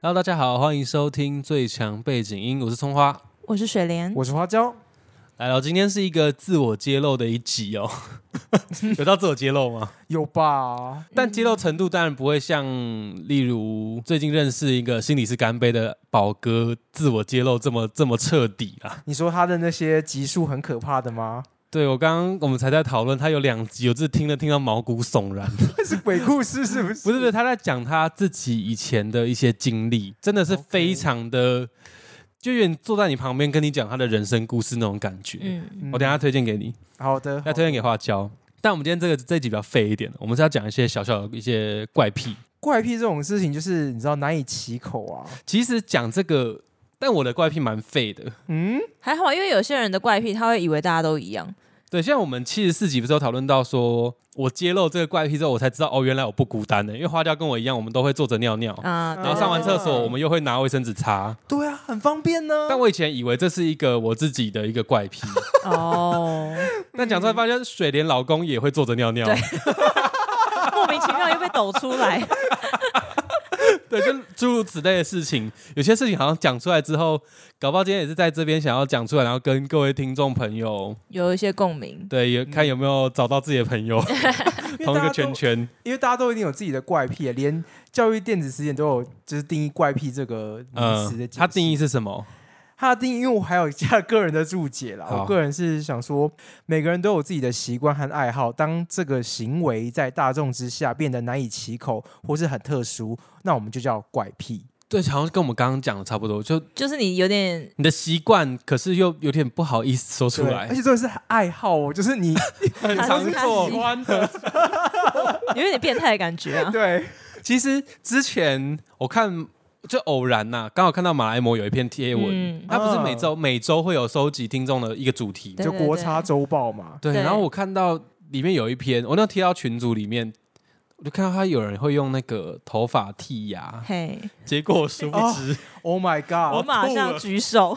Hello， 大家好，欢迎收听最强背景音，我是葱花， 我是水莲， 我是花椒。 来了，今天是一个自我揭露的一集哦。有到自我揭露吗？ 有吧？ 但揭露程度当然不会像，例如最近认识一个心理师干杯的宝哥自我揭露这么彻底啦。 你说他的那些集数很可怕的吗？ 对，我们才在讨论，他有2集，我听到毛骨悚然。 是鬼故事是不是？ 不是，他在讲他自己以前的一些经历，真的是非常的。就有点坐在你旁边跟你讲他的人生故事那种感觉。我等一下推荐给你。 好的， 要推荐给花椒。但我们今天这一集比较废一点，我们是要讲一些小小的一些怪癖。 怪癖这种事情，就是你知道难以启口啊。 其实讲这个，但我的怪癖蛮废的。 还好，因为有些人的怪癖，他会以为大家都一样。 对，像我们74集不是有讨论到说，我揭露这个怪癖之后，我才知道哦，原来我不孤单的，因为花椒跟我一样，我们都会坐着尿尿，然后上完厕所，我们又会拿卫生纸擦。 对啊，很方便呢。 但我以前以为这是一个我自己的一个怪癖哦，但讲出来发现水莲老公也会坐着尿尿， 莫名其妙又被抖出来。 对，就诸如此类的事情，有些事情好像讲出来之后，搞不好今天也是在这边想要讲出来，然后跟各位听众朋友有一些共鸣。 对，看有没有找到自己的朋友，同一个圈圈。 因为大家都一定有自己的怪癖，连教育电子词典都有就是定义怪癖这个名词的解释。 它定义是什么？ 他的定义，因为我还有加个人的注解啦。我个人是想说，每个人都有自己的习惯和爱好。当这个行为在大众之下变得难以启口，或是很特殊，那我们就叫怪癖。 对，好像跟我们刚刚讲的差不多， 就是你有点你的习惯，可是又有点不好意思说出来， 而且这个是爱好哦，就是你很常做喜欢的， 有点变态的感觉啊。 对， 其实之前我看。就偶然呐，刚好看到马来貘有一篇贴文，他不是每周会有收集听众的一个主题， 就国差周报嘛。 对，然后我看到里面有一篇，我那贴到群组里面，我就看到他有人会用那个头发剃牙，结果殊不知 ，Oh my God， 我马上举手。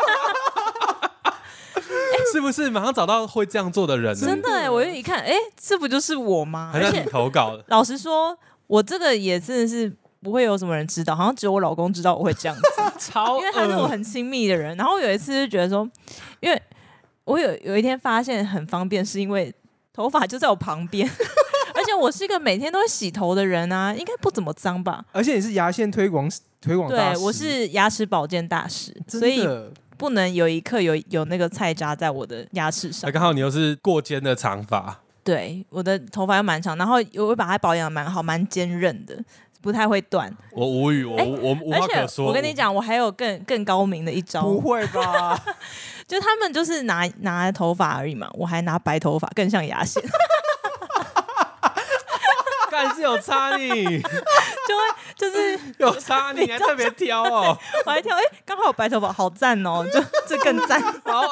是不是马上找到会这样做的人呢？ 真的，我一看，这不就是我吗？ 很像你投稿的。 老实说，我这个也真的是。不会有什么人知道，好像只有我老公知道我会这样子， 超因为他是我很亲密的人。然后有一次就觉得说，因为我有一天发现很方便，是因为头发就在我旁边，而且我是一个每天都会洗头的人啊，应该不怎么脏吧？ 而且你是牙线推广大使， 对，我是牙齿保健大使，所以不能有一刻有那个菜渣在我的牙齿上。 刚好你又是过肩的长发， 对，我的头发又蛮长，然后我会把它保养的蛮好，蛮坚韧的。不太会断， 我无语，我无话可说。 我跟你讲，我还有更高明的一招。 不会吧？ 就他们就是拿头发而已嘛，我还拿白头发，更像牙线。 干是有差你， 就是有差你，还特别挑哦。 我还挑，刚好有白头发，好赞哦，这更赞。 好。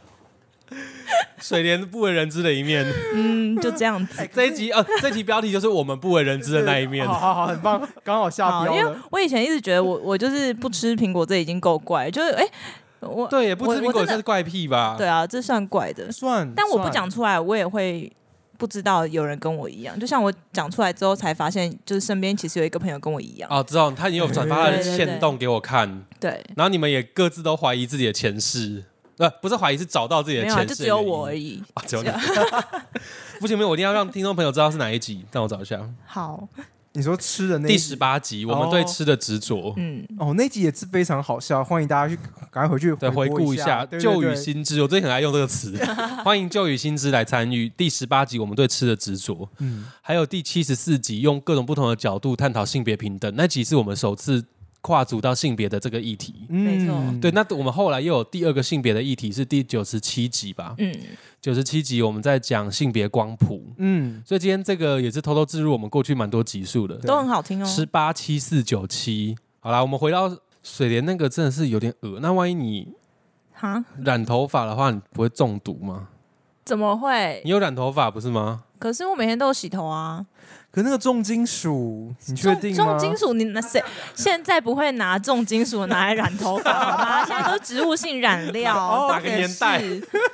水莲不为人知的一面， 就这样子。 这一集标题就是我们不为人知的那一面。 好，很棒，刚好下标了。 因为我以前一直觉得我就是不吃苹果，这已经够怪，就是对，也不吃苹果这是怪癖吧？ 对啊，这算怪的，但我不讲出来，我也会不知道有人跟我一样。就像我讲出来之后，才发现就是身边其实有一个朋友跟我一样。 哦，知道他也有转发他的限动给我看， 对， 然后你们也各自都怀疑自己的前世。不是怀疑，是找到自己的前世。 没有，就只有我而已。 只有你。不行，我一定要让听众朋友知道是哪一集，让我找一下。 好， 你说吃的那第18集，我们对吃的执着。 那集也是非常好笑，欢迎大家去赶快回去回顾一下，旧与新知。我最近很爱用这个词，欢迎旧与新知来参与第18集，我们对吃的执着。还有第74集，用各种不同的角度探讨性别平等，那集是我们首次。跨足到性别的这个议题， 没错， 对。那我们后来又有第2个性别的议题，是第97集吧？97集我们在讲性别光谱，所以今天这个也是偷偷置入我们过去蛮多集数的， 都很好听哦。 18、74、97，好啦，我们回到水莲那个真的是有点恶。那万一你染头发的话，你不会中毒吗？ 怎么会？ 你有染头发不是吗？ 可是我每天都有洗头啊。 可那个重金属，你确定吗？ 重金属，你那谁现在不会拿重金属拿来染头发好吗？现在都是植物性染料， 哪个年代？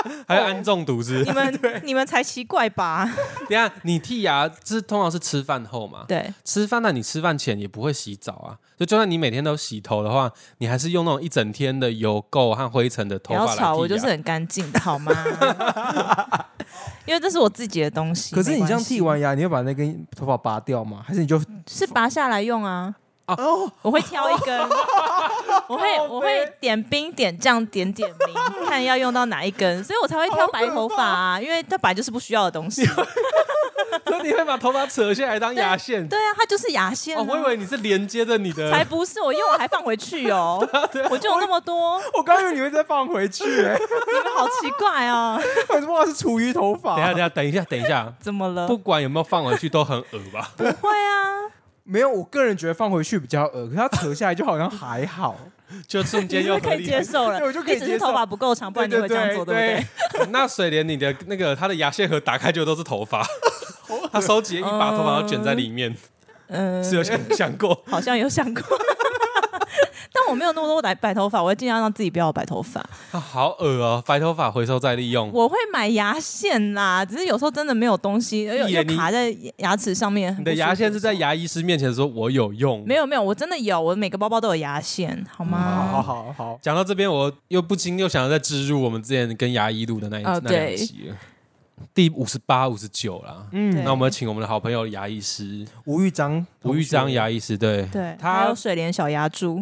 还有氨中毒是不是？ 你们才奇怪吧？ 等一下你剔牙通常是吃饭后嘛？ 对， 吃饭那你吃饭前也不会洗澡啊，就算你每天都洗头的话，你还是用那种一整天的油垢和灰尘的头发来剔牙。 不要吵，我就是很干净的好吗？因为这是我自己的东西。 可是你这样剃完牙，你会把那根头发拔掉吗？还是你就是拔下来用啊？ 哦， 我会挑一根，我会点冰、点酱、点名，看要用到哪一根，所以我才会挑白头发啊，因为它本来就是不需要的东西。 所以你会把头发扯下来当牙线？ 对啊，它就是牙线、啊。 哦，我以为你是连接着你的， 才不是，我用完还放回去哦。我就有那么多， 我刚以为你会再放回去、欸， 你们好奇怪哦。 我不知道是厨余头发。 等一下， 怎么了？ 不管有没有放回去都很恶吧？ 不会啊。 没有，我个人觉得放回去比较恶，可是它扯下来就好像还好， 就瞬间又可以接受了。 对，我就可以接受。 你只是头发不够长，不然你会这样做，对不对？ 那水莲，你的那个他的牙线盒打开就都是头发，他收集一把头发都卷在里面，是有想过？ 好像有想过。但我没有那么多白头发，我会尽量让自己不要有白头发。 好恶哦，白头发回收再利用。 我会买牙线啦，只是有时候真的没有东西，又卡在牙齿上面。 你的牙线是在牙医师面前说我有用？ 没有，我真的有，我每个包包都有牙线，好吗？ 好。 讲到这边，我又不禁又想要再植入我们之前跟牙医录的那两集了。第58、59啦，那我们请我们的好朋友牙医师吴玉章牙医师，对， 他还有水莲小牙猪。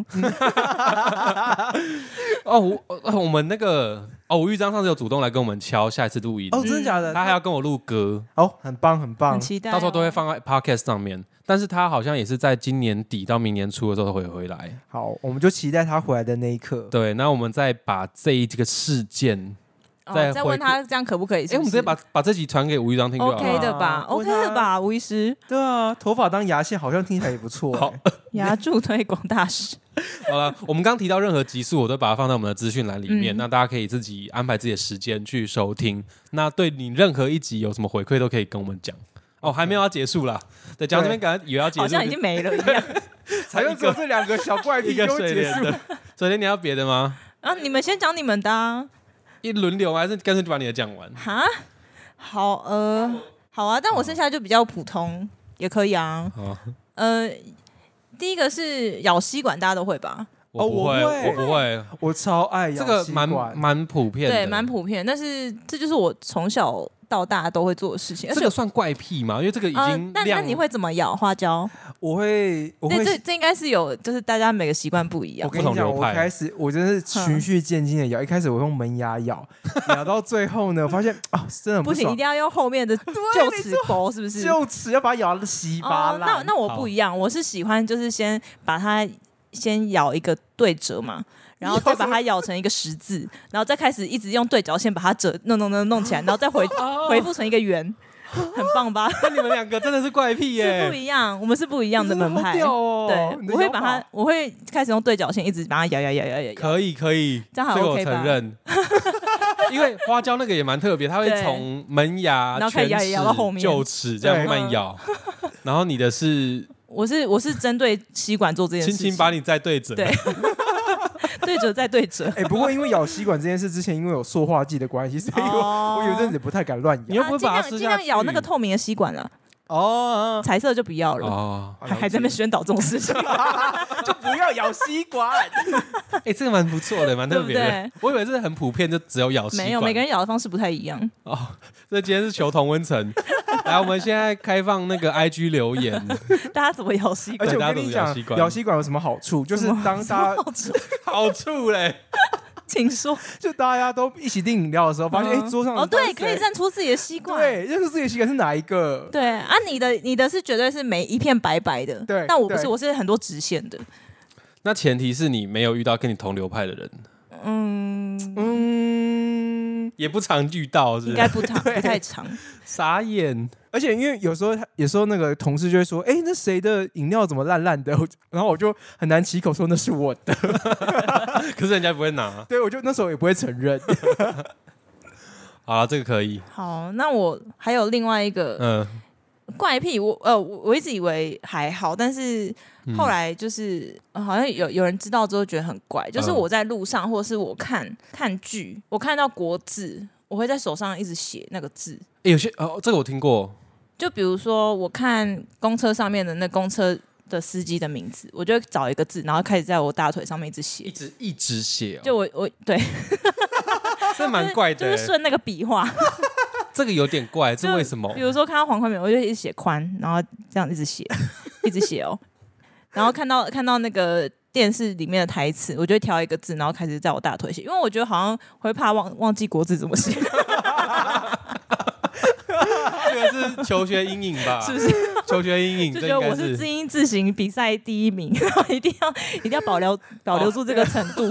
我们那个吴玉章上次有主动来跟我们敲下一次录音哦，真的假的？ 他还要跟我录歌哦，很棒， 很期待， 到时候都会放在 podcast 上面。但是他好像也是在今年底到明年初的时候会回来。 好，我们就期待他回来的那一刻。 对，那我们再把这个事件。 再问他这样可不可以？ 我们直接把这集传给吴医生听就好了。 OK 的吧 ？OK 的吧，吴医师。 对啊，头发当牙线好像听起来也不错。 好， 牙助推广大使。 好了，我们刚提到任何集数，我都把它放在我们的资讯栏里面，那大家可以自己安排自己的时间去收听。那对你任何一集有什么回馈，都可以跟我们讲。哦，还没有要结束啦。对，讲这边感觉以为要结束， 好像已经没了一样。 才用只有这两个小怪癖就结束。 昨天你要别的吗？ 啊，你们先讲你们的啊。 一轮流还是干脆就把你的讲完？ 哈，好啊，但我剩下就比较普通，也可以啊。第一个是咬吸管，大家都会吧？ 我不会， 我超爱咬吸管， 这个蛮普遍的， 对，蛮普遍。但是这就是我从小到大都会做的事情。 这个算怪癖吗？因为这个已经那你会怎么咬花椒？ 我会， 这应该是有，就是大家每个习惯不一样。 我跟你讲，我真的是循序渐进的咬。一开始我用门牙咬，咬到最后呢，我发现真的不行，一定要用后面的臼齿剥，是不是？ 臼齿要把它咬得稀巴烂。 那我不一样，我是喜欢就是先把它咬一个对折嘛。然后再把它咬成一个十字，然后再开始一直用对角线把它弄起来，然后再回复成一个圆，很棒吧？ 那你们两个真的是怪癖耶， 是不一样，我们是不一样的门派。对，我会开始用对角线一直把它咬。 可以， 这样还 OK 吧？ 这个我承认。因为花椒那个也蛮特别，它会从门牙、 然后开始咬到后面臼齿这样慢咬。然后你的是， 我是针对吸管做这件事情， 轻轻把你再对折。 对。对折再对折， 不过因为咬吸管这件事之前，因为有塑化剂的关系，所以我有阵子不太敢乱咬。 你又不会把它吃下去？ 尽量咬那个透明的吸管了。彩色就不要了。还在那边宣导这种事情， 就不要咬吸管。 这个蛮不错的，蛮特别的。对，我以为是很普遍，就只有咬吸管。 没有，每个人咬的方式不太一样。 所以今天是求同温层。来，我们现在开放那个 IG 留言， 大家怎么咬吸管？ 而且我跟你讲，咬吸管有什么好处？就是当大家好处嘞， 请说。 就大家都一起订饮料的时候，发现桌上对，可以认出自己的吸管， 对，认出自己的吸管是哪一个？ 对啊，你的是绝对是每一片白白的， 对， 但我不是，我是很多直线的。 那前提是你没有遇到跟你同流派的人。也不常遇到，是不是？ 应该不太常。 傻眼。 而且因为有时候那个同事就会说，那谁的饮料怎么烂烂的？然后我就很难起口说那是我的。 可是人家不会拿。 对，我就那时候也不会承认。 好，这个可以。 好，那我还有另外一个怪癖，我一直以为还好，但是后来就是好像有人知道之后觉得很怪，就是我在路上或者是我看剧，我看到国字。 我会在手上一直写那个字。 有些这个我听过， 就比如说我看公车上面的那公车的司机的名字，我就会找一个字，然后开始在我大腿上面一直写， 一直写、 就我对， 这蛮怪的、 就是顺那个笔画。 这个有点怪，这为什么？ 比如说看到黄宽美，我就一直写宽，然后这样一直写，一直写哦。然后看到那个电视里面的台词，我就会挑一个字，然后开始在我大腿写，因为我觉得好像会怕忘记国字怎么写。 这个是求学阴影吧？ 是不是？ 求学阴影， 就觉得我是字音字形比赛第1名，然后一定要保留住这个程度。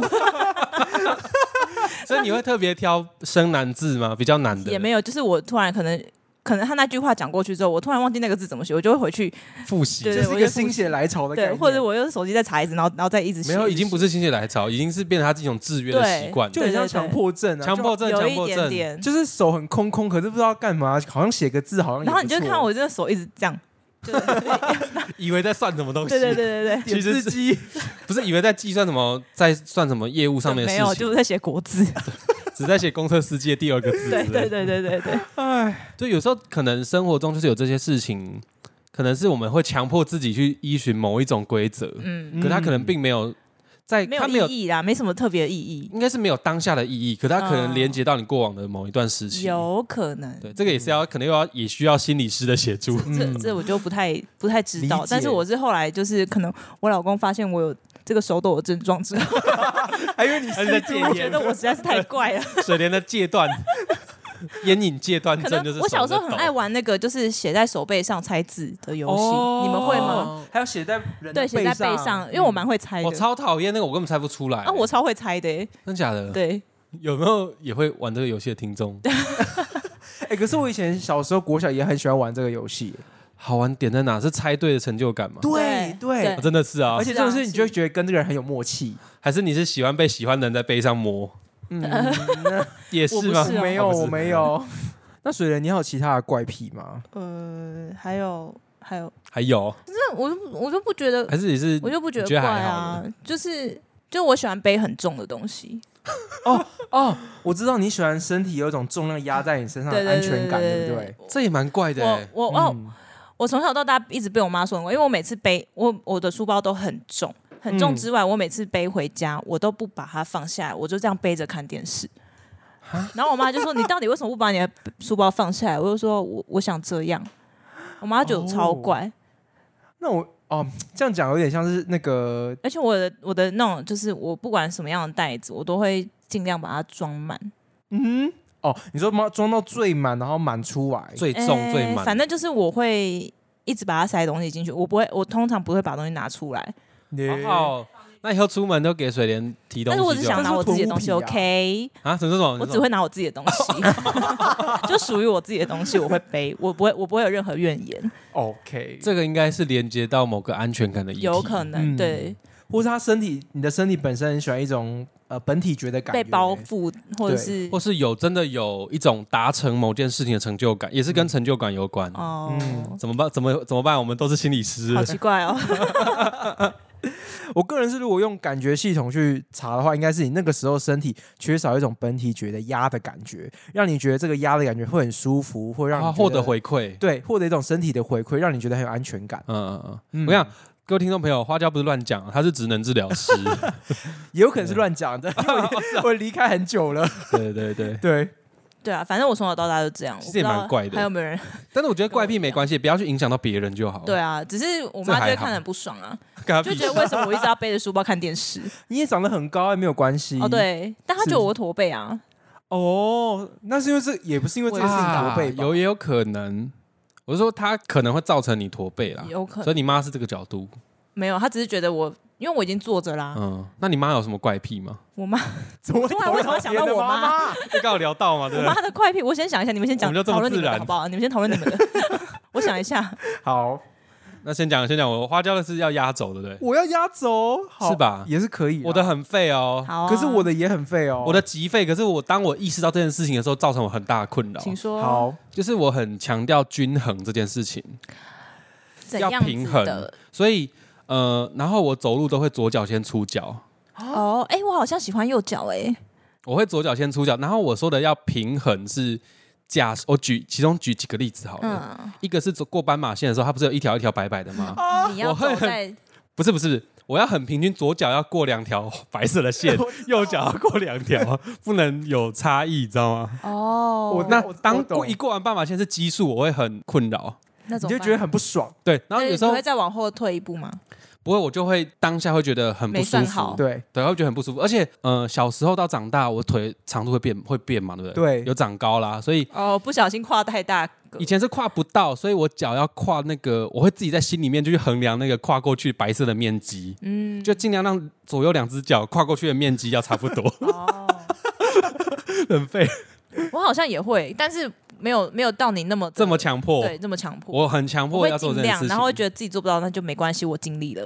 所以你会特别挑生难字吗？比较难的也没有，就是我突然可能他那句话讲过去之后，我突然忘记那个字怎么写，我就会回去复习， 这是一个心血来潮的概念， 对，或者我用手机再查一次，然后再一直写。 没有，已经不是心血来潮，已经是变成他这种制约的习惯， 就很像强迫症啊， 强迫症， 有一点点， 就是手很空，可是不知道干嘛，好像写个字好像也不错。 然后你就看我这个手一直这样。 以为在算什么东西？ 对， 其实不是以为在计算什么，在算什么业务上面的事情， 没有，就是在写国字， 只在写公车司机的第2个字。 对， 哎， 就有时候可能生活中就是有这些事情，可能是我们会强迫自己去依循某一种规则，可他可能并没有。 没有意义啦，没什么特别的意义， 应该是没有当下的意义，可它可能连接到你过往的某一段时期， 有可能。 对，这个也是可能也需要心理师的协助。 这我就不太知道，但是我是后来就是可能我老公发现我有这个手抖的症状之后， 还以为你是在戒烟， 我觉得我实在是太怪了。 水莲的戒断。烟瘾戒断症就是我小时候很爱玩那个，就是写在手背上猜字的游戏，你们会吗？ 还有写在人对，写在背上，因为我蛮会猜的。 我超讨厌那个，我根本猜不出来。 我超会猜的， 真假的？ 对， 有没有也会玩这个游戏的听众？ 可是我以前小时候国小也很喜欢玩这个游戏， 好玩点在哪？是猜对的成就感吗？ 对， 真的是啊！ 而且这种事你就会觉得跟这个人很有默契， 还是你是喜欢被喜欢的人在背上摸？也是吗？ 没有，我没有。那水人，你还有其他的怪癖吗？ 还有， 可是我就不觉得， 还是你是我就不觉得怪啊，就我喜欢背很重的东西。 我知道你喜欢身体有一种重量压在你身上的安全感，对不对？ 这也蛮怪的。 我从小到大一直被我妈说很怪，因为我每次背我的书包都很重。很重之外，我每次背回家，我都不把它放下来，我就这样背着看电视。然后我妈就说：“你到底为什么不把你的书包放下来？”我就说：“我想这样。”我妈觉得我超怪。 那我这样讲有点像是那个， 而且我的那种就是我不管什么样的袋子，我都会尽量把它装满。 你说装到最满，然后满出来， 最重最满， 反正就是我会一直把它塞东西进去，我通常不会把东西拿出来。 好，那以后出门都给水莲提东西， 但是我只想拿我自己的东西 ，OK？ 什么？ 我只会拿我自己的东西，就属于我自己的东西，我会背，我不会有任何怨言。 OK， 这个应该是连接到某个安全感的议题， 有可能对， 或是你的身体本身很喜欢一种本体觉的感觉， 被包覆，或是真的有一种达成某件事情的成就感，也是跟成就感有关。怎么办？怎么办？我们都是心理师， 好奇怪哦。 我个人是，如果用感觉系统去查的话，应该是你那个时候身体缺少一种本体觉的压的感觉，让你觉得这个压的感觉会很舒服，会让你获得回馈， 对，获得一种身体的回馈，让你觉得很有安全感。 我想各位听众朋友，花椒不是乱讲，他是职能治疗师， 也有可能是乱讲的，因为我离开很久了。 对啊，反正我从小到大就这样， 其实也蛮怪的。 还有没有人？ 但是我觉得怪癖没关系，不要去影响到别人就好。 对啊，只是我妈就会看得很不爽啊，就觉得为什么我一直要背着书包看电视？ 你也长得很高，也没有关系。 对，但他觉得我驼背啊。 那是因为也不是因为这个事情驼背吧？ 也有可能。我是说，他可能会造成你驼背啦， 有可能。 所以你妈是这个角度？ 没有，她只是觉得因为我已经坐着啦。 那你妈有什么怪癖吗？ 我妈怎么为什么想到我妈？ 刚刚有聊到嘛，对不对？ 我妈的怪癖，我先想一下，你们先讲，讨论你们的好不好？你们先讨论你们的，我想一下。 好， 那先讲，我花椒的是要压轴，对不对？ 我要压轴， 是吧？ 也是可以。 我的很废哦， 可是我的也很废哦， 我的极废。可是当我意识到这件事情的时候，造成我很大的困扰。 请说。 好， 就是我很强调均衡这件事情，要平衡，所以然后我走路都会左脚先出脚。 我好像喜欢右脚我会左脚先出脚，然后我说的要平衡是我其中举几个例子好了，一个是过斑马线的时候，它不是有一条一条白白的吗？ 你要走在不是，我要很平均，左脚要过2条白色的线，右脚要过2条，不能有差异，知道吗？ 哦， 那当过完斑马线是奇数，我会很困扰， 你就觉得很不爽。 对，然后有时候你会再往后退一步吗？ 不会，我就会当下会觉得很不舒服， 对， 会觉得很不舒服。而且小时候到长大，我腿长度会变嘛，对不对？ 对， 有长高啦，所以不小心跨太大个。 以前是跨不到，所以我脚要跨那个，我会自己在心里面就去衡量那个跨过去白色的面积，就尽量让左右2只脚跨过去的面积要差不多。很废。 我好像也会，但是没有到你这么强迫， 对，这么强迫。 我很强迫要做这件事情， 然后会觉得自己做不到，那就没关系，我尽力了。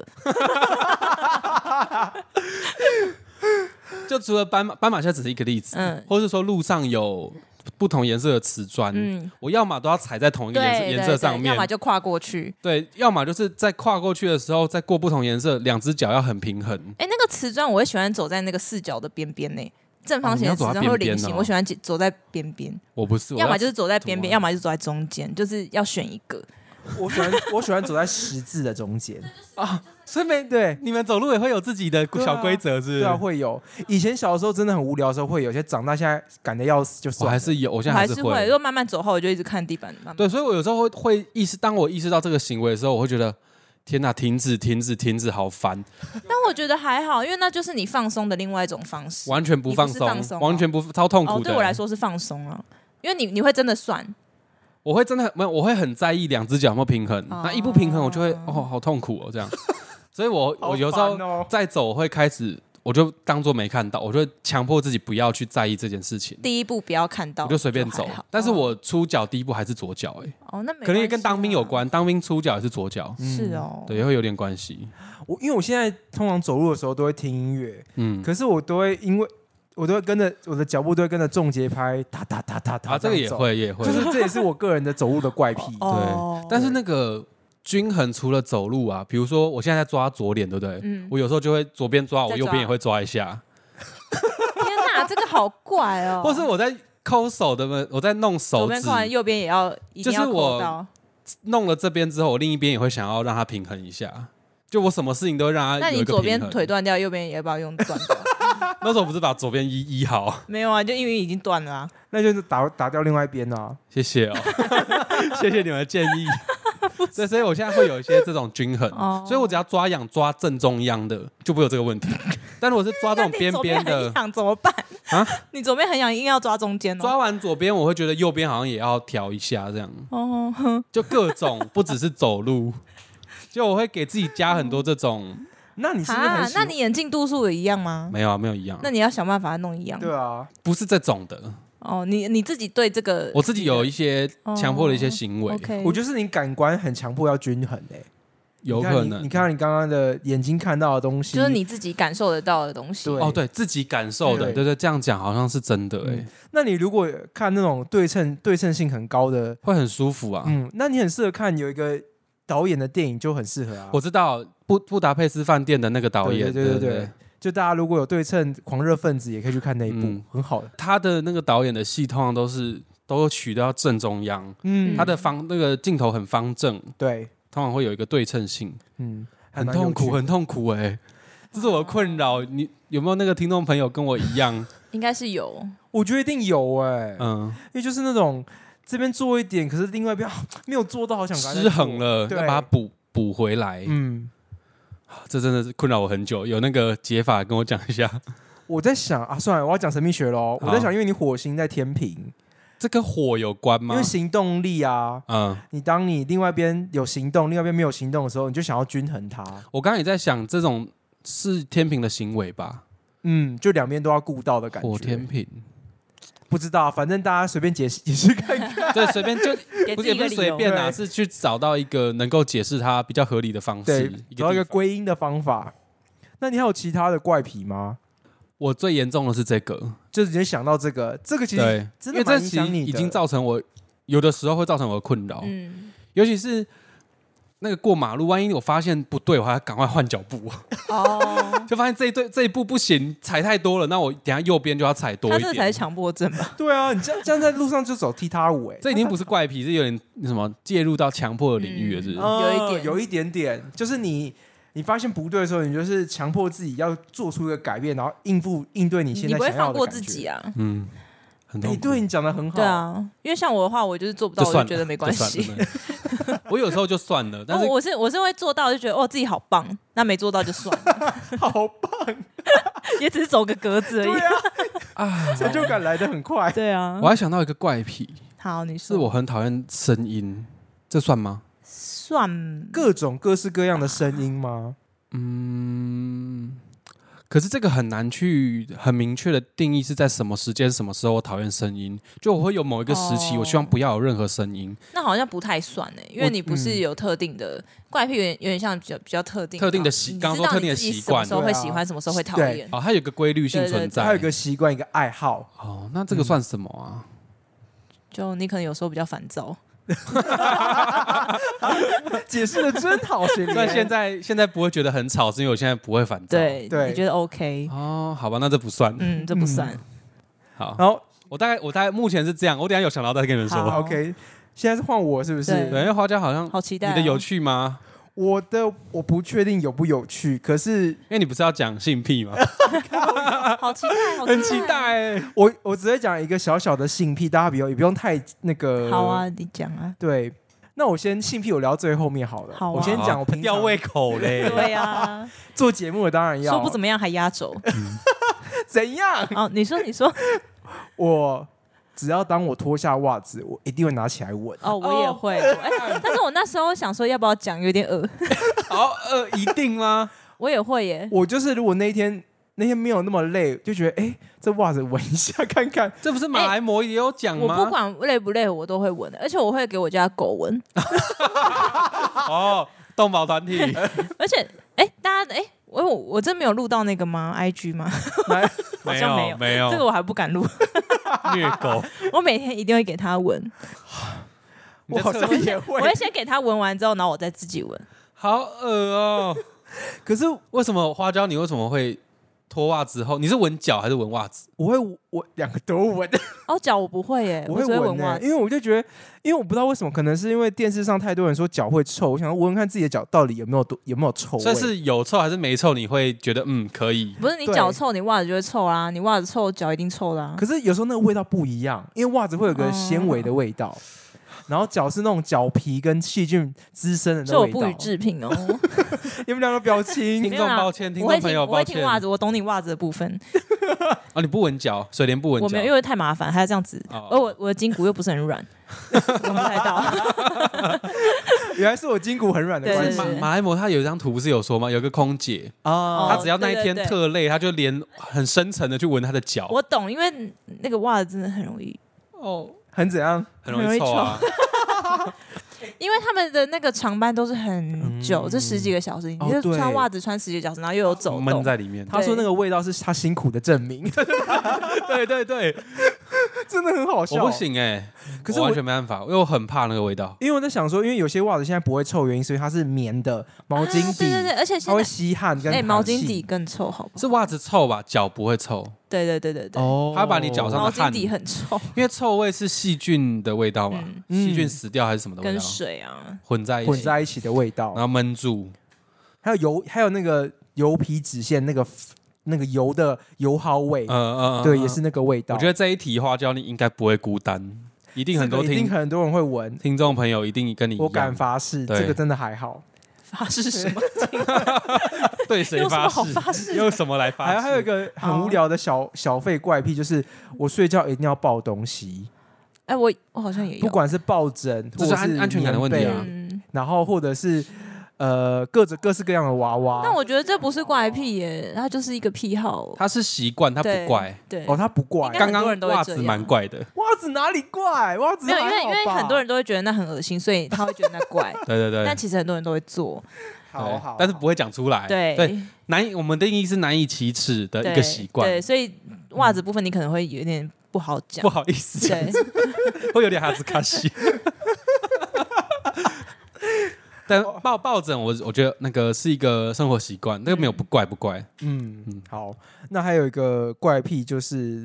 就除了斑马线只是一个例子，或是说路上有不同颜色的瓷砖，我要么都要踩在同一个颜色上面， 要么就跨过去， 对，要么就是在跨过去的时候，再过不同颜色，2只脚要很平衡。 那个瓷砖我会喜欢走在那个4角的边边呢。正方形的瓷砖或菱形，我喜欢走在边边。 我不是， 要么就是走在边边，要么就走在中间，就是要选一个。 我喜欢走在10字的中间啊，所以对你们走路也会有自己的小规则，是不是？ 对啊，会有。以前小的时候真的很无聊的时候会有，些长大现在赶得要死就算了。 我还是有，我现在还是会。 如果慢慢走后，我就一直看地板。 对，所以我有时候会当我意识到这个行为的时候，我会觉得天哪，停止，好烦。 但我觉得还好，因为那就是你放松的另外一种方式。 完全不放松，完全不超痛苦的。 对我来说是放松啊，因为你会真的算。 我会真的没有，我会很在意2只脚有没有平衡，那一不平衡我就会好痛苦哦这样。所以我有时候再走，我会开始我就当作没看到，我就强迫自己不要去在意这件事情。 第一步不要看到， 我就随便走。但是我出脚第一步还是左脚， 那没可能也跟当兵有关，当兵出脚也是左脚， 是哦， 对，也会有点关系。 因为我现在通常走路的时候都会听音乐，可是我都会跟着我的脚步都会跟着重节拍，哒哒哒哒哒。 这个也会， 就是这也是我个人的走路的怪癖。 对，但是那个均衡除了走路啊，比如说我现在在抓左脸，对不对？我有时候就会左边抓，我右边也会抓一下。 天哪，这个好怪哦！ 或是我在抠手的，我在弄手指， 左边抠完右边也要， 就是我弄了这边之后，我另一边也会想要让它平衡一下。就我什么事情都会让它有一个平衡。 那你左边腿断掉，右边也要把它用断掉？ 那时候不是把左边医好？ 没有啊，就因为已经断了啊。 那就是打掉另外一边啊。 谢谢哦，谢谢你们的建议。对，所以我现在会有一些这种均衡，所以我只要抓正中央的，就不会有这个问题。但如果是抓这种边边的， 你左边很痒怎么办啊？你左边很痒，硬要抓中间哦。 抓完左边，我会觉得右边好像也要调一下，这样。就各种，不只是走路，就我会给自己加很多这种。 那你是不是很那你眼镜度数有一样吗？ 没有啊，没有一样。 那你要想办法弄一样。 对啊， 不是这种的。 你自己对这个， 我自己有一些强迫的一些行为。 我觉得是你感官很强迫要均衡有可能。 你看到你刚刚的眼睛看到的东西， 就是你自己感受得到的东西。 对自己感受的，对，这样讲好像是真的那你如果看那种对称性很高的， 会很舒服啊。 那你很适合看有一个导演的电影，就很适合啊。 我知道布达佩斯饭店的那个导演， 对。就大家如果有对称狂热分子，也可以去看那一部，很好的。 他的那个导演的戏通常都取到正中央，他的那个镜头很方正， 对， 通常会有一个对称性，很痛苦，很痛苦这是我的困扰。你有没有那个听众朋友跟我一样？ 应该是有， 我觉得一定有因为就是那种这边做一点，可是另外一边没有做到，好想失衡了，要把它补回来。这真的是困扰我很久，有那个解法跟我讲一下。 我在想啊，算了，我要讲神秘学咯。我在想，因为你火星在天平， 这跟火有关吗？ 因为行动力啊，当你另外一边有行动，另外一边没有行动的时候，你就想要均衡它。 我刚刚也在想，这种是天平的行为吧？ 就两边都要顾到的感觉。 火天平。 不知道，反正大家随便解释看看。 对，随便就也不是随便啦，是去找到一个能够解释它比较合理的方式， 找到一个归因的方法。那你还有其他的怪癖吗？ 我最严重的是这个， 就直接想到这个其实真的蛮影响你的， 已经造成我有的时候会造成我的困扰。尤其是那个过马路，万一我发现不对，我还要赶快换脚步。哦，就发现这一步不行，踩太多了，那我等一下右边就要踩多一点。 他这才是强迫症吧？ 对啊，你这样在路上就走踢踏舞， 这已经不是怪癖，是有点什么介入到强迫的领域了，是不是？ 有一点点，就是你发现不对的时候，你就是强迫自己要做出一个改变，然后应对你现在想要的感觉。 你不会放过自己啊？ 嗯。 对你讲的很好。 对啊，因为像我的话，我就是做不到，我就觉得没关系。 我有时候就算了，但是我是会做到，就觉得自己好棒，那没做到就算了。 好棒， 也只是走个格子而已。 对啊，成就感来得很快。 对啊， 我还想到一个怪癖， 好，你说， 是我很讨厌声音，这算吗？ 算， 各种各式各样的声音吗？ 可是这个很难去很明确的定义是在什么时间、什么时候我讨厌声音。就我会有某一个时期，我希望不要有任何声音。 那好像不太算因为你不是有特定的怪癖，有点像比较特定的习，刚刚说特定的习惯， 什么时候会喜欢，什么时候会讨厌。 它有个规律性存在， 还有一个习惯，一个爱好。 那这个算什么啊？ 就你可能有时候比较烦躁。 解释的真好，学姐。 但现在不会觉得很吵，是因为我现在不会烦躁。 对，你觉得 OK？ 好吧，那这不算。 这不算。 好，然后我大概目前是这样，我等一下有想到再跟你们说。 OK， 现在是换我是不是？ 对，因为花椒好像好期待。 你的有趣吗？ 我不确定有不有趣，可是因为你不是要讲性癖吗？ 好期待， 很期待。 我只会讲一个小小的性癖，大家也不用太那个。 好啊，你讲啊。 对，那我先性癖我聊最后面好了。 好啊， 我先讲我平常吊胃口嘞。 对啊， 做节目的当然要。 说不怎么样还压轴。 怎样？ 你说。 我只要当我脱下袜子，我一定会拿起来闻。 我也会。但是我那时候想说要不要讲，有点恶。 好恶，一定吗？ 我也会耶。 我就是如果那天没有那么累，就觉得这袜子闻一下看看。 这不是马来貘也有讲吗？ 我不管累不累，我都会闻的，而且我会给我家狗闻。 动保团体。 而且大家我真没有录到那个吗 ？IG 吗？好像没有，这个我还不敢录。 虐狗， 我每天一定会给他闻。 我好像也会， 我会先给他闻完之后，然后我再自己闻。 好恶哦！可是为什么花椒？你为什么会脱袜子后？你是闻脚还是闻袜子？ 我两个都闻。 脚我不会耶， 我会闻袜子， 因为我就觉得，因为我不知道为什么，可能是因为电视上太多人说脚会臭，我想要闻闻看自己的脚到底有没有臭味。 所以是有臭还是没臭？你会觉得可以？ 不是你脚臭，你袜子就会臭啦。你袜子臭，脚一定臭啦。 可是有时候那个味道不一样，因为袜子会有个纤维的味道。然后脚是那种脚皮跟细菌滋生的那味道， 这我不予置评哦。 你们两个表情， 听众抱歉，听众朋友抱歉。 我会听袜子，我懂你袜子的部分。 你不闻脚，水莲不闻脚， 我没有，因为太麻烦，还要这样子。而我的筋骨又不是很软，闻不太到。 原来是我筋骨很软的关系。 马来貘他有一张图不是有说吗？有个空姐她只要那一天特累，她就连很深层的去闻她的脚。 我懂，因为那个袜子真的很容易很怎样？ 很容易臭啊！ 因为他们的那个长班都是很久，这10几个小时，你就穿袜子穿10几个小时，然后又有走动闷在里面。 他说那个味道是他辛苦的证明。 对， 真的很好笑。 我不行可是我完全没办法，因为我很怕那个味道。 因为我在想说，因为有些袜子现在不会臭，原因是因为它是棉的毛巾底， 对，而且它会吸汗跟毛巾底更臭，好不好？ 是袜子臭吧，脚不会臭。 对， 它把你脚上的汗毛巾底很臭， 因为臭味是细菌的味道嘛，细菌死掉还是什么的味道？ 跟水啊混在一起的味道， 然后闷住。 还有那个油皮脂腺那个油的油耗味，对，也是那个味道。 我觉得这一题花椒你应该不会孤单，一定很多人会闻， 听众朋友一定跟你一样。 我敢发誓，这个真的还好。 发誓什么？ 对谁发誓？用什么来发誓？ 还有一个很无聊的小废怪癖，就是我睡觉一定要抱东西。 我好像也有， 不管是抱枕， 这是安全感的问题啊。 然后或者是各式各样的娃娃。 但我觉得这不是怪癖耶，它就是一个癖好。 它是习惯，它不怪。 对， 它不怪。 刚刚袜子蛮怪的， 袜子哪里怪？袜子没有，因为很多人都会觉得那很恶心，所以他会觉得那怪。 对。 但其实很多人都会做。 好， 但是不会讲出来。 对， 我们的定义是难以启齿的一个习惯。 对，所以袜子部分你可能会有点不好讲， 不好意思讲，会有点哈兹卡西。 但抱枕我觉得那个是一个生活习惯，那个没有不怪。 好，那还有一个怪癖就是，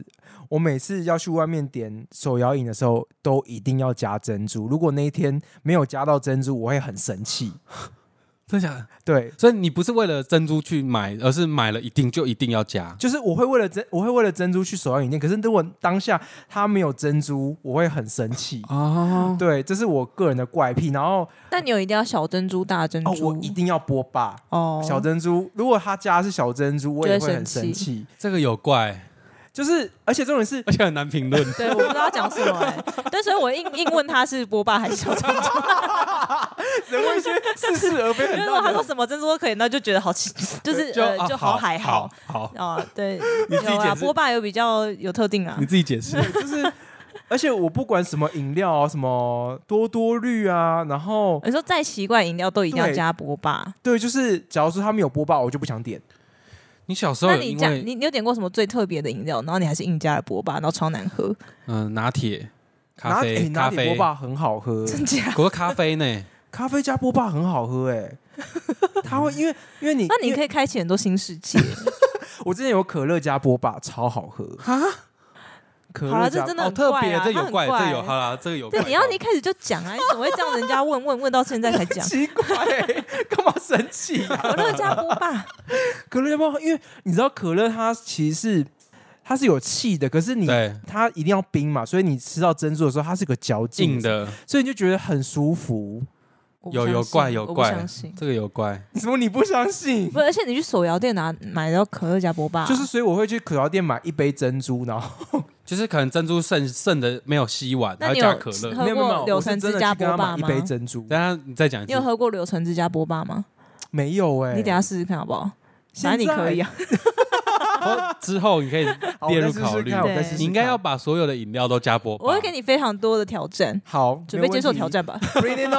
我每次要去外面点手摇饮的时候，都一定要加珍珠。如果那一天没有加到珍珠，我会很生气。 真的假的？ 对， 所以你不是为了珍珠去买，而是买了一定要加。 就是我会为了珍珠去手摇饮店，可是如果当下它没有珍珠，我会很生气。哦，对，这是我个人的怪癖。然后， 但你有一定要小珍珠、大珍珠？ 我一定要波霸。哦，小珍珠，如果他加的是小珍珠，我也会很生气。 这个有怪。 就是，而且重点是， 而且很难评论。 对，我不知道讲什么但所以我硬问他是波霸还是小珍珠。 人问一些似是而非很大的。 因为他说什么珍珠都可以，那就觉得好奇，就是就好还好啊，对， 你自己解释。 波霸有比较有特定啊， 你自己解释。 就是，而且我不管什么饮料啊，什么多多绿啊，然后你说再奇怪饮料都一定要加波霸。 对，就是假如说他没有波霸，我就不想点。 你小时候你有点过什么最特别的饮料，然后你还是硬加了波霸，然后超难喝？ 拿铁、咖啡， 拿铁波霸很好喝， 真假？ 可是咖啡呢？ 咖啡加波霸很好喝它会因为你， 那你可以开启很多新世界。 我之前有可乐加波霸，超好喝啊！ 好了，这真的很特别，这有怪， 这有好了，这个有怪。 对，你要一开始就讲啊，你怎么会这样？人家问到现在才讲， 奇怪，干嘛生气啊？ 可乐加波霸， 可乐加波霸，因为你知道可乐它其实它是有气的，可是它一定要冰嘛，所以你吃到珍珠的时候，它是个嚼劲的， 所以你就觉得很舒服。 有怪，这个有怪。 什么你不相信？ 不，而且你去手摇店买到可乐加波霸， 就是所以我会去可乐店买一杯珍珠，然后就是可能珍珠剩的没有吸完，然后加可乐。 喝过柳橙汁加波霸吗？ 一杯珍珠。 等下你再讲一次。 你有喝过柳橙汁加波霸吗？ 没有你等下试试看好不好？反正你可以啊。 之后你可以列入考虑。你应该要把所有的饮料都加波霸。 我会给你非常多的挑战。 好， 准备接受挑战吧。 Bring it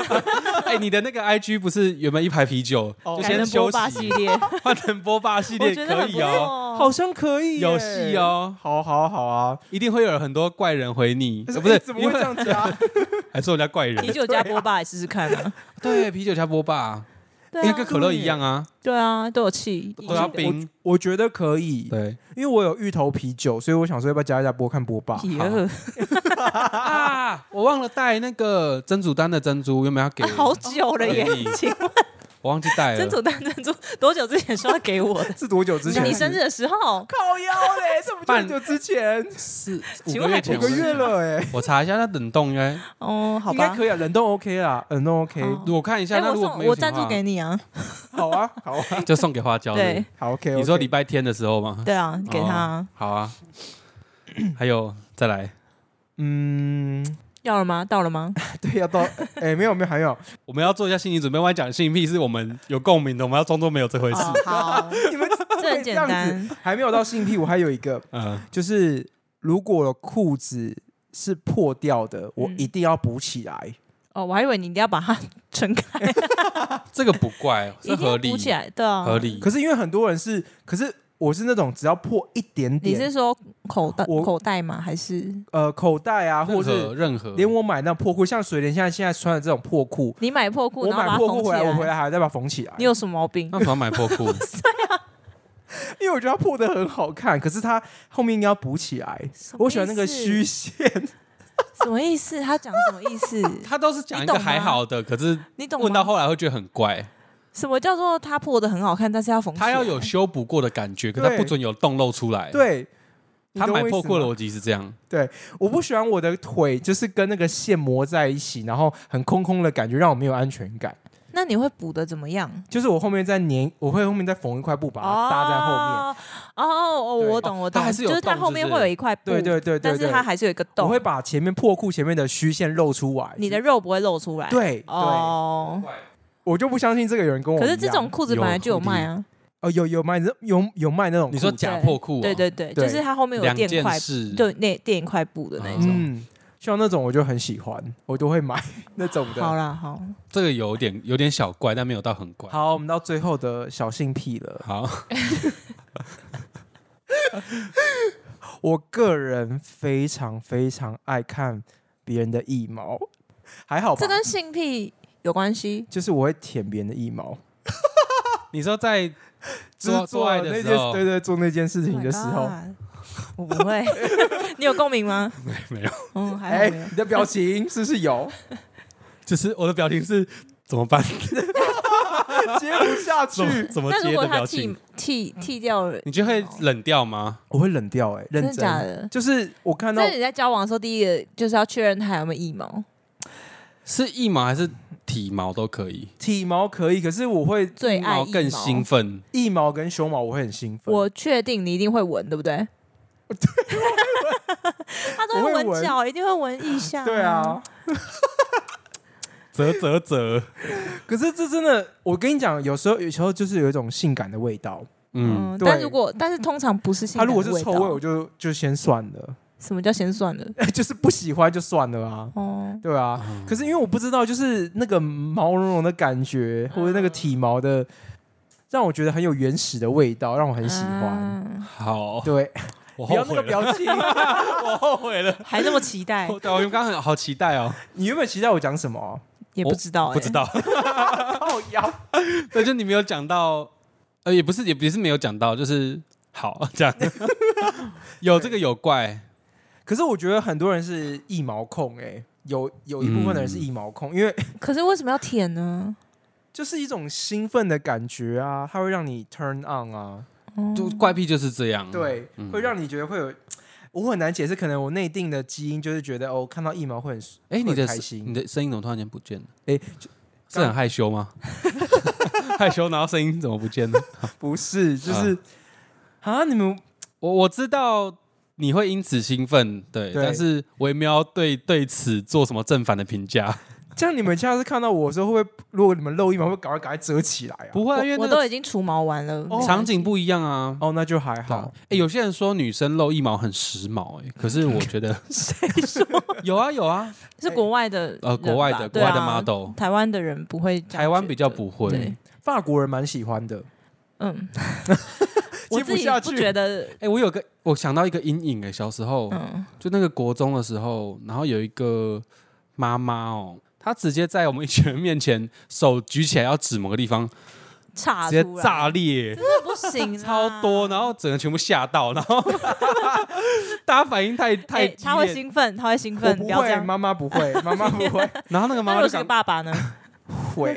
on！ 你的那个 IG 不是原本一排啤酒，就先休息。 波霸系列换成波霸系列可以哦， 好像可以， 有戏哦。 好啊， 一定会有很多怪人回你， 不是？怎么会这样加？ 还说人家怪人？ 啤酒加波霸来试试看啊！ 对，啤酒加波霸。跟可乐一样啊， 对啊，都有气， 都要冰。 我觉得可以， 对， 因为我有芋头啤酒，所以我想说要不要加一下波霸？ 我忘了带那个珍珠丹的珍珠，有没有要给？ 好久了耶，请问我忘记带了。 珍珠丹珍珠多久之前说要给我的？ 是多久之前？ 你生日的时候。 靠腰嘞，这么很久之前？ 是 5个月前 ，5个月了我查一下，它冷冻应该好吧， 应该可以啊，冷冻 OK 啦，冷冻 OK。 我看一下，那如果我赞助给你啊。 好啊， 就送给花椒。 对， 好 OK。 你说礼拜天的时候吗？ 对啊，给他。 好啊。还有再来， 要了吗？到了吗？ 对，要到。没有，还有。 我们要做一下心理准备。万一讲性癖是我们有共鸣的，我们要装作没有这回事。 好， 你们这很简单。 还没有到性癖，我还有一个，就是如果裤子是破掉的，我一定要补起来。 我还以为你一定要把它撑开。 这个不怪，是合理。 补起来，对啊， 合理。 可是因为很多人是，可是我是那种只要破一点点。 你是说口袋吗？还是口袋啊，或者任何？ 连我买那破裤，像水莲现在穿的这种破裤， 你买破裤， 我买破裤回来，我回来还要再把它缝起来。 你有什么毛病？ 那怎么买破裤？ 对啊， 因为我觉得它破的很好看，可是它后面应该要补起来。我喜欢那个虚线。 什么意思？他讲什么意思？ 他都是讲一个还好的，可是你懂？ 问到后来会觉得很怪。 什么叫做他破的很好看，但是要缝起来？ 他要有修补过的感觉，可他不准有洞露出来。 对， 他买破裤的逻辑是这样。 对，我不喜欢我的腿就是跟那个线磨在一起，然后很空空的感觉，让我没有安全感。 那你会补的怎么样？ 就是我后面再粘，我会后面再缝一块布把它搭在后面。 我懂， 它还是有洞， 就是它后面会有一块布， 对， 但是它还是有一个洞。 我会把前面破裤前面的虚线露出来， 你的肉不会露出来。 对，我就不相信这个有人跟我一样。 可是这种裤子本来就有卖啊。 有卖那种裤子。 你说假破裤？ 对，就是它后面有垫一块，对，垫一块布的那种。 像那种我就很喜欢，我都会买那种的。 好啦，好， 这个有点小怪，但没有到很怪。 好，我们到最后的小性癖了。 好， 我个人非常非常爱看别人的腋毛，还好吧？ 这跟性癖有关系？ 就是我会舔别人的腋毛。 你说在做爱的那时候， 对对，做那件事情的时候， Oh my God 我不会。你有共鸣吗？ 没有， 嗯，还好没有。 你的表情是不是有？ 就是我的表情是怎么办？ 接不下去。 怎么接的那如果他表情？ 剃掉了， 你觉得会冷掉吗？ 我会冷掉认真的真。 假的？ 就是我看到但是你在交往的时候，第一个就是要确认他有没有腋毛， 是腋毛还是体毛都可以？ 体毛可以，可是我会最爱腋毛更兴奋。 腋毛跟胸毛我会很兴奋。 我确定你一定会闻，对不对？他都会我会闻闻脚，一定会闻腋下。 对啊， 啧。 可是这真的，我跟你讲，有时候就是有一种性感的味道。 嗯， 对但是通常不是性它如感的味道。 果是臭味，我就先算了。 什么叫先算了？ 就是不喜欢就算了啊。 哦， 对啊，可是因为我不知道，就是那个毛茸茸的感觉，或者那个体毛的，让我觉得很有原始的味道，让我很喜欢。 好， 对，不要那我后悔了， 个表情。 我后悔了。 还那么期待， 对，我刚刚好期待哦， 你原本期待我讲什么？ 也不知道， 不知道。 靠腰。 对，就你没有讲到，也不是没有讲到，就是好这样。有这个有怪。 可是我觉得很多人是腋毛控，有一部分的人是腋毛控，因为可是为什么要舔呢？ 就是一种兴奋的感觉啊，它会让你 turn on 啊。 就怪癖就是这样， 对，会让你觉得会有，我很难解释，可能我内定的基因就是觉得哦，看到腋毛会很你的开心。 你的声音怎么突然间不见了？ 是很害羞吗？害羞，然后声音怎么不见了？ 不是，就是啊，你们我知道你会因此兴奋，对，但是我也没有对此做什么正反的评价。 这样你们下次看到我的时候，会不会如果你们露腋毛，会赶快遮起来啊？ 不会，因为我都已经除毛完了， 场景不一样啊。 哦，那就还好。 有些人说女生露腋毛很时髦，可是我觉得谁说？ 有啊， 是国外的国外的 model， 台湾的人不会， 台湾比较不会， 法国人蛮喜欢的。 我自己不觉得。 我想到一个阴影，小时候，就那个国中的时候，然后有一个妈妈她直接在我们一群人面前，手举起来要指某个地方， 直接炸裂， 真的不行， 超多，然后整个全部吓到，然后大家反应太激烈， 他会兴奋， 不要这样，妈妈不会， 然后那个妈妈就是个爸爸呢， 会。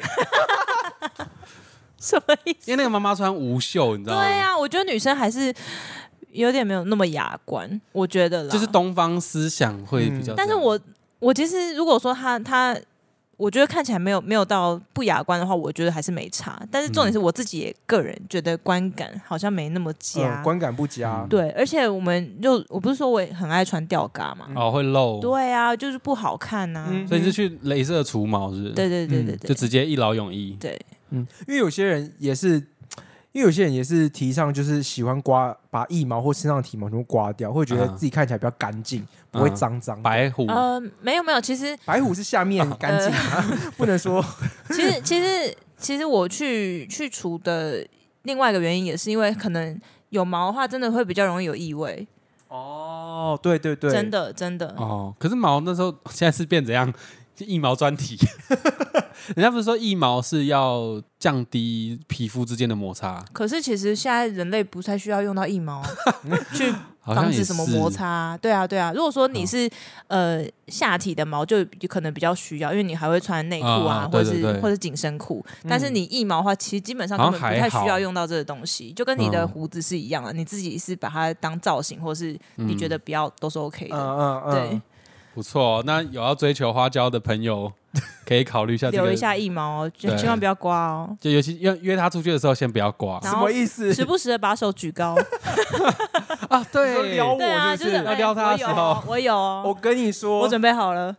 什么意思？ 因为那个妈妈穿无袖，你知道吗？ 对啊，我觉得女生还是有点没有那么雅观，我觉得啦， 就是东方思想会比较。 但是我其实如果说她，我觉得看起来没有到不雅观的话，我觉得还是没差。但是重点是我自己也个人觉得观感好像没那么佳， 观感不佳。 对，而且我不是说我也很爱穿吊嘎嘛， 会露。 对啊，就是不好看啊。 所以是去雷射除毛，是不是？ 对， 就直接一劳永逸。 对， 因为有些人也是提倡，就是喜欢把腋毛或身上的体毛全部刮掉，会觉得自己看起来比较干净，不会脏脏。 白虎没有，其实白虎是下面干净，不能说。 其实我去除的另外一个原因也是因为可能有毛的话，真的会比较容易有异味。 哦，对， 真的。 可是毛那时候现在是变怎样？腋毛专题。人家不是说腋毛是要降低皮肤之间的摩擦？ 可是其实现在人类不太需要用到腋毛去防止什么摩擦。对啊。如果说你是下体的毛，就可能比较需要，因为你还会穿内裤啊，或者紧身裤。但是你腋毛的话，其实基本上根本不太需要用到这个东西，就跟你的胡子是一样的，你自己是把它当造型，或是你觉得不要都是 OK 的。对。 不错，那有要追求花椒的朋友，可以考虑一下留一下腋毛，千万不要刮哦。 就尤其约他出去的时候，先不要刮。 什么意思？ 时不时的把手举高啊，对， 撩我是不是？ 要撩他的时候， 我有哦。 我跟你说， 我准备好了。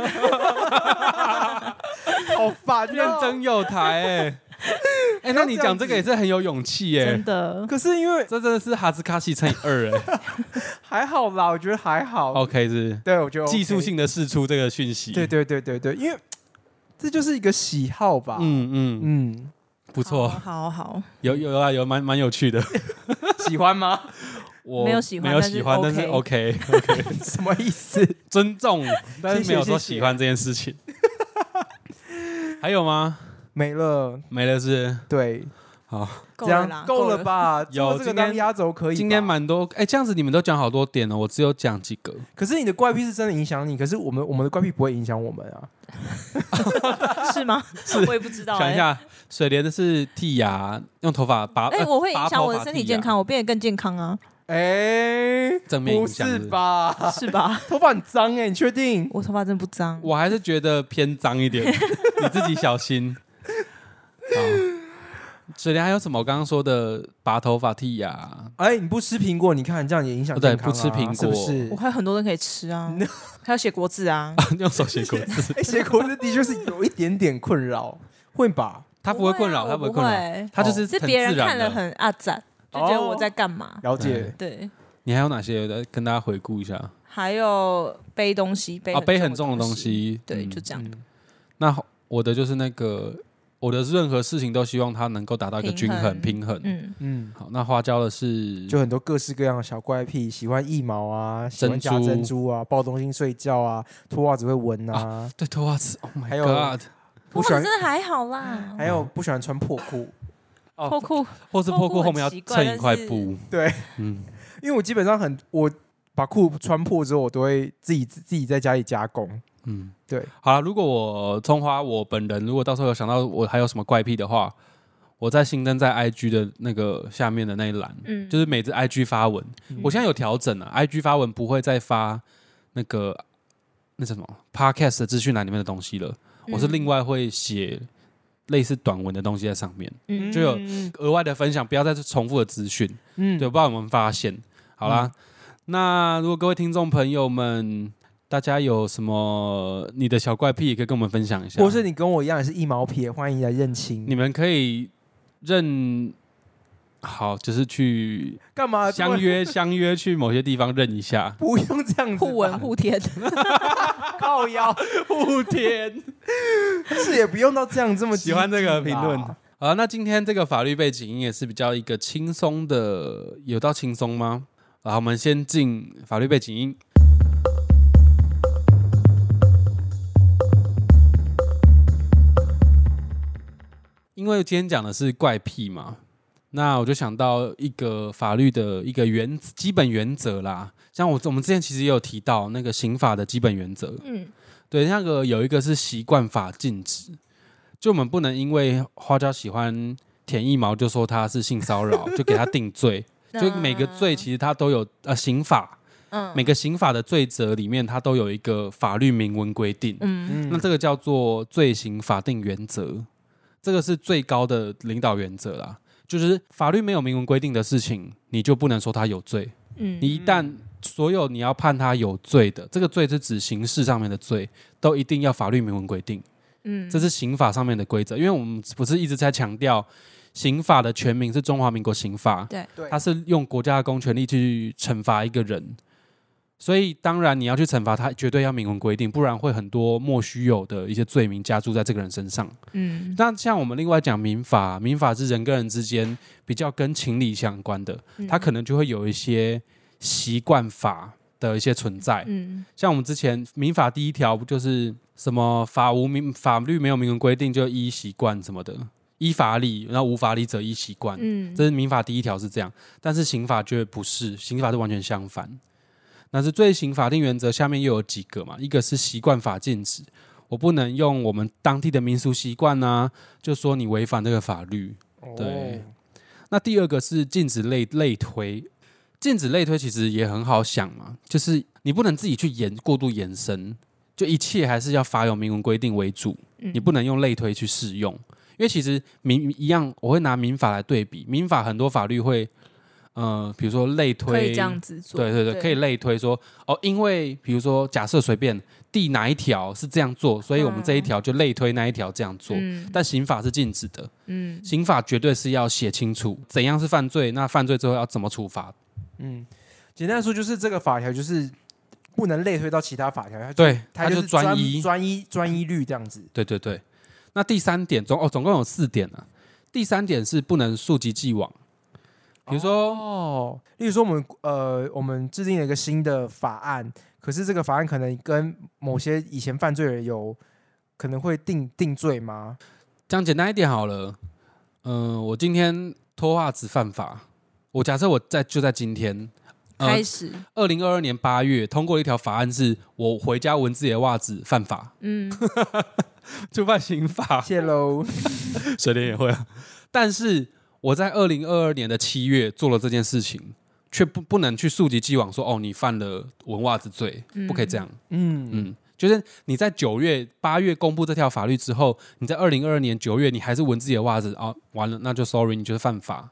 好烦， 认真有台那你讲这个也是很有勇气真的。 可是因为这真的是哈兹卡西乘以2 还好啦，我觉得还好。 OK 是？ 对，我觉得技术性的释出这个讯息。 对，因为这就是一个喜好吧。 不错， 好， 有蛮有趣的。 喜欢吗？ 我没有喜欢，但是 OK 什么意思？ 尊重，但是没有说喜欢这件事情。 还有吗？ 没了， 没了是？ 对， 好， 这样够了吧？ 有这个当压轴可以吧？ 今天蛮多，这样子你们都讲好多点了，我只有讲几个。 可是你的怪癖是真的影响你，可是我们的怪癖不会影响我们啊， 是吗？ 是， 我也不知道。 想一下，水莲的是剃牙，用头发拔。 我会影响我的身体健康，我变得更健康啊。 正面影响不是吧？ 是吧？ 头发很脏你确定？ 我头发真不脏， 我还是觉得偏脏一点，你自己小心。好，水莲还有什么？我刚刚说的拔头发、剃牙。 你不吃苹果，你看这样也影响健康啊。 对，不吃苹果是不是？ 我还有很多人可以吃啊，还有写国字啊， 用手写国字。 写国字的确是有一点点困扰，会吧？ 他不会困扰，他不会困扰，他就是是别人看了很阿展，就觉得我在干嘛？ 了解。 对。 你还有哪些？跟大家回顾一下。 还有背东西， 背很重的东西。 对，就这样。 那我的就是那个，我的任何事情都希望它能够达到一个均衡、平衡。好，那花椒的是就很多各式各样的小怪癖，喜欢腋毛啊，喜欢夹珍珠啊，抱东西睡觉啊，脱袜子会闻啊。 对，脱袜子 ，Oh my god， 脱袜子真的还好啦。 还有不喜欢穿破裤， 破裤， 或是破裤后面要衬一块布。 对，因为我基本上我把裤穿破之后，我都会自己在家里加工。对。 好了，如果我葱花我本人如果到时候有想到我还有什么怪癖的话，我再新增在 IG 的那个下面的那一栏，就是每次 IG 发文，我现在有调整了 ，IG 发文不会再发那什么 Podcast 的资讯栏里面的东西了，我是另外会写类似短文的东西在上面，就有额外的分享，不要再重复的资讯。对，我不知道有没有发现。好啦，那如果各位听众朋友们，大家有什么你的小怪癖，也可以跟我们分享一下。 或是你跟我一样也是一毛癖，欢迎来认亲。 你们可以好，就是去干嘛相约去某些地方认一下， 不用这样子互文互填， 靠腰互填， 是也不用到这样这么喜欢这个评论。好，那今天这个法律背景音也是比较一个轻松的，有到轻松吗？好，我们先进法律背景音。因为今天讲的是怪癖嘛，那我就想到一个法律的一个基本原则啦。像我们之前其实也有提到那个刑法的基本原则，对，那个有一个是习惯法禁止，就我们不能因为花椒喜欢舔腋毛就说他是性骚扰，就给他定罪。就每个罪其实它都有刑法，每个刑法的罪责里面它都有一个法律明文规定，那这个叫做罪刑法定原则，这个是最高的领导原则啦。就是法律没有明文规定的事情，你就不能说他有罪。你一旦所有你要判他有罪的，这个罪是指刑事上面的罪，都一定要法律明文规定。这是刑法上面的规则，因为我们不是一直在强调。刑法的全名是中华民国刑法， 对， 它是用国家的公权力去惩罚一个人，所以当然你要去惩罚他，绝对要明文规定，不然会很多莫须有的一些罪名加注在这个人身上。那像我们另外讲民法，民法是人跟人之间比较跟情理相关的，它可能就会有一些习惯法的一些存在。像我们之前民法第1条不就是什么法律没有明文规定就依习惯什么的。依法理，然后无法理者依习惯，这是民法第1条是这样，但是刑法却不是，刑法是完全相反。那是罪刑法定原则下面又有几个嘛？一个是习惯法禁止，我不能用我们当地的民俗习惯啊，就说你违反这个法律。对，那第2个是禁止类推，禁止类推其实也很好想嘛，就是你不能自己去过度延伸，就一切还是要法有明文规定为主，你不能用类推去适用。因为其实一样，我会拿民法来对比，民法很多法律会，比如说类推， 可以这样子做， 对，可以类推说，因为比如说假设随便第哪一条是这样做，所以我们这一条就类推那一条这样做，但刑法是禁止的，刑法绝对是要写清楚怎样是犯罪，那犯罪之后要怎么处罚。 简单说就是这个法条就是不能类推到其他法条， 对， 它就是专一律这样子。 对。那第3点总共有4点啊。第3点是不能溯及既往，比如说， 例如说我们制定了一个新的法案，可是这个法案可能跟某些以前犯罪人有可能会定罪吗？ 讲简单一点好了，我今天脱袜子犯法，我假设就在今天开始 ，2022年8月通过了一条法案，是我回家闻自己的袜子犯法，触犯刑法， 谢喽。 水莲也会啊。但是我在2022年的7月做了这件事情，却不能去溯及既往说，哦，你犯了闻袜子罪，不可以这样。就是你在8月公布这条法律之后，你在2022年9月你还是闻自己的袜子，哦，完了，那就 sorry， 你就是犯法。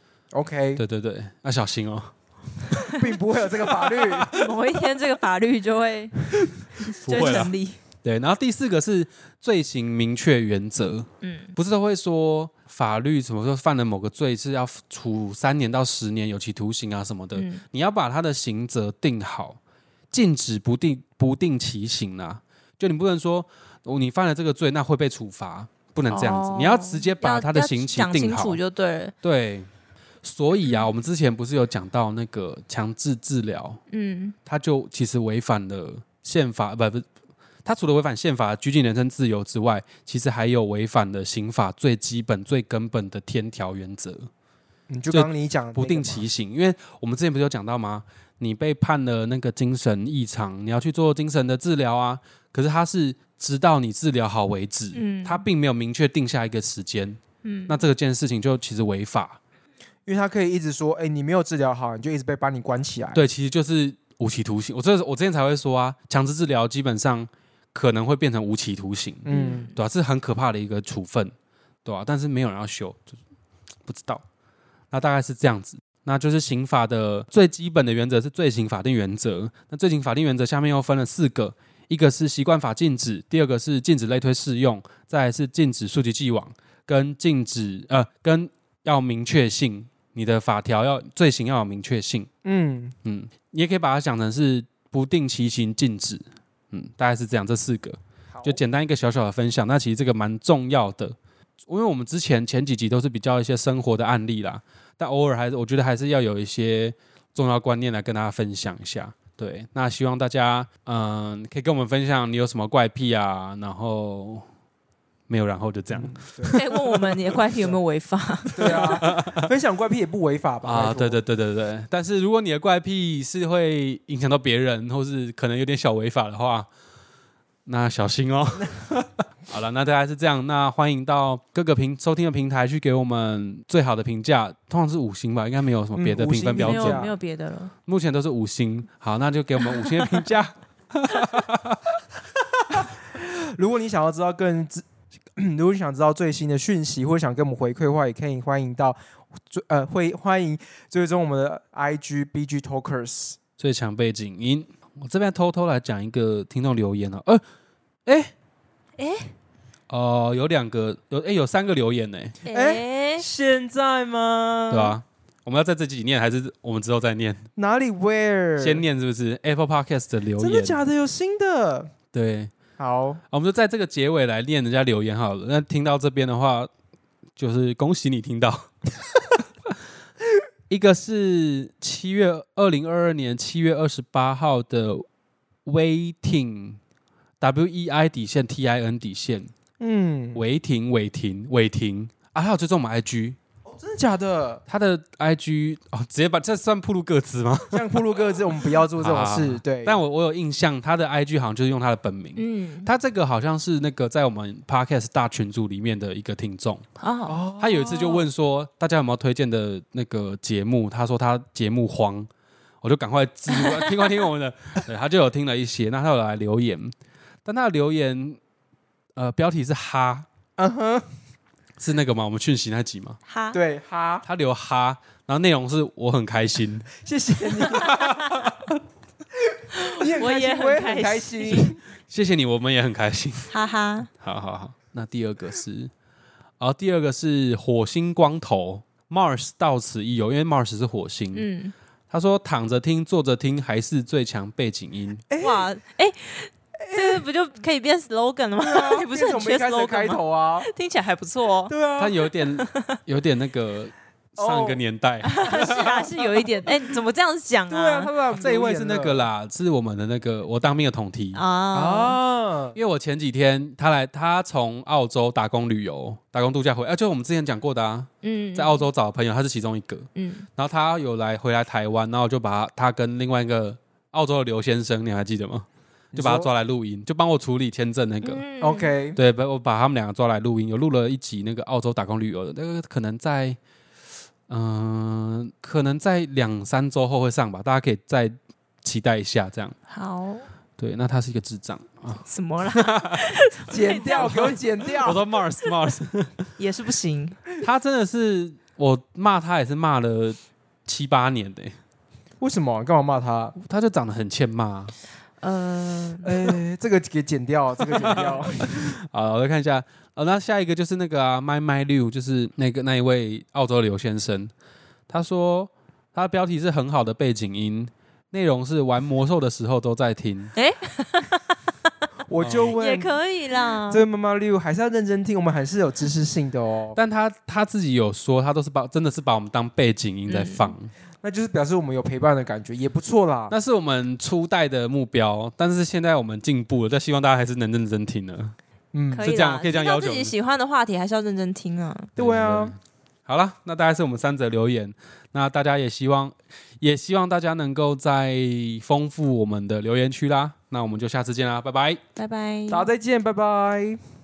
OK， 对对对，要小心哦。 并不会有这个法律， 某一天这个法律就会成立。 对，然后第4个是罪行明确原则。不是都会说法律什么时候犯了某个罪是要处3年到10年有期徒刑啊什么的，你要把他的刑责定好，禁止不定期刑啊。就你不能说你犯了这个罪，那会被处罚，不能这样子。你要直接把他的刑期定好， 讲清楚就对了。 对。所以啊，我们之前不是有讲到那个强制治疗，它就其实违反了宪法，不，它除了违反宪法拘禁人身自由之外，其实还有违反了刑法最基本、最根本的天条原则。 就刚刚你讲的不定期刑，因为我们之前不是有讲到吗？你被判了那个精神异常，你要去做精神的治疗啊，可是它是直到你治疗好为止，它并没有明确定下一个时间，那这件事情就其实违法。 因为他可以一直说，你没有治疗好，你就一直把你关起来。 对，其实就是无期徒刑。我之前才会说啊，强制治疗基本上可能会变成无期徒刑，对吧？是很可怕的一个处分，对吧？但是没有人要修，就不知道。那大概是这样子。那就是刑法的最基本的原则是罪刑法定原则。那罪刑法定原则下面又分了4个，一个是习惯法禁止，第2个是禁止类推适用，再来是禁止溯及既往，跟禁止跟要明确性。你的法条罪行要有明确性，你也可以把它想成是不定期刑禁止，大概是这样，这4个，就简单一个小小的分享。那其实这个蛮重要的，因为我们前几集都是比较一些生活的案例啦，但偶尔我觉得还是要有一些重要观念来跟大家分享一下。对，那希望大家可以跟我们分享你有什么怪癖啊，然后。没有，然后就这样。 可以问我们你的怪癖有没有违法？ 对啊，分享怪癖也不违法吧？ 啊，对。但是如果你的怪癖是会影响到别人，或是可能有点小违法的话，那小心哦。好了，那大概是这样。那欢迎到各个收听的平台去给我们最好的评价，通常是5星吧，应该没有什么别的评分标准， 没有别的了。 目前都是5星。好，那就给我们5星的评价。 如果你想要知道如果你想知道最新的讯息，或者想跟我们回馈的话，也可以欢迎追踪我们的 IG BG Talkers 最强背景音。我这边偷偷来讲一个听众留言哦，有2个，有3个留言呢。 现在吗？ 对啊，我们要在这集念，还是我们之后再念？ 哪里 ？Where？ 先念是不是 ？Apple Podcast 的留言， 真的假的？有新的？ 对。 好， 我们就在这个结尾来念人家留言好了。那听到这边的话，就是恭喜你听到。一个是2022年7月28号的 Waiting WEI _TIN伟霆啊，他有追踪我们 IG。 真的假的？ 他的 IG 直接把这算暴露个资吗？ 像暴露个资，我们不要做这种事。对， 但我有印象，他的 IG 好像就是用他的本名。他这个好像是那个在我们 Podcast 大群组里面的一个听众。他有一次就问说，大家有没有推荐的那个节目？他说他节目荒，我就赶快听我们的。对，他就有听了一些，那他有来留言，但他的留言标题是哈。是那个吗？我们讯息那集吗？ 哈， 对哈， 他留哈，然后内容是我很开心， 谢谢你， 我也很开心， 谢谢你，我们也很开心， 哈哈。 好，那第二个是火星光头 Mars 到此一游，因为 Mars 是火星，他说躺着听、坐着听还是最强背景音， 哇，这个不就可以变 slogan 了吗？你不是很缺 slogan 开头啊？ 听起来还不错哦。 对啊， 他有点那个上一个年代。 是啦，是有一点。哎，怎么这样讲啊？ 对啊，他们这一位是那个啦，是我们的那个我当兵的同梯啊。 因为我前几天他从澳洲打工旅游、打工度假回来，就我们之前讲过的啊。在澳洲找的朋友，他是其中一个。然后他有回来台湾，然后就把他跟另外一个澳洲的刘先生，你还记得吗？就把他抓来录音，就帮我处理签证那个。 OK， 对，我把他们两个抓来录音，有录了一集那个澳洲打工旅游的，那个可能在2-3周后会上吧，大家可以再期待一下，这样。 好。 对，那他是一个智障啊！ 什么啦？ 剪掉，给我剪掉！ 我说 Mars 也是不行。 他真的是，我骂他也是骂了7-8年的。 为什么？干嘛骂他？ 他就长得很欠骂。 这个给剪掉，这个剪掉。 好，我再看一下。那下一个就是那个My Liu，就是那一位澳洲刘先生。他说他的标题是很好的背景音，内容是玩魔兽的时候都在听。 我就问， 也可以啦。 这个妈妈六还是要认真听，我们还是有知识性的哦。 但他自己有说，他都是真的是把我们当背景音在放。 那就是表示我们有陪伴的感觉，也不错啦。 那是我们初代的目标，但是现在我们进步了，但希望大家还是能认真听的。 可以是这样，可以这样要求。 自己喜欢的话题还是要认真听啊。 对啊。 好了，那大概是我们3则留言。那大家也希望大家能够再丰富我们的留言区啦。那我们就下次见啦，拜拜， 拜拜， 大家再见，拜拜。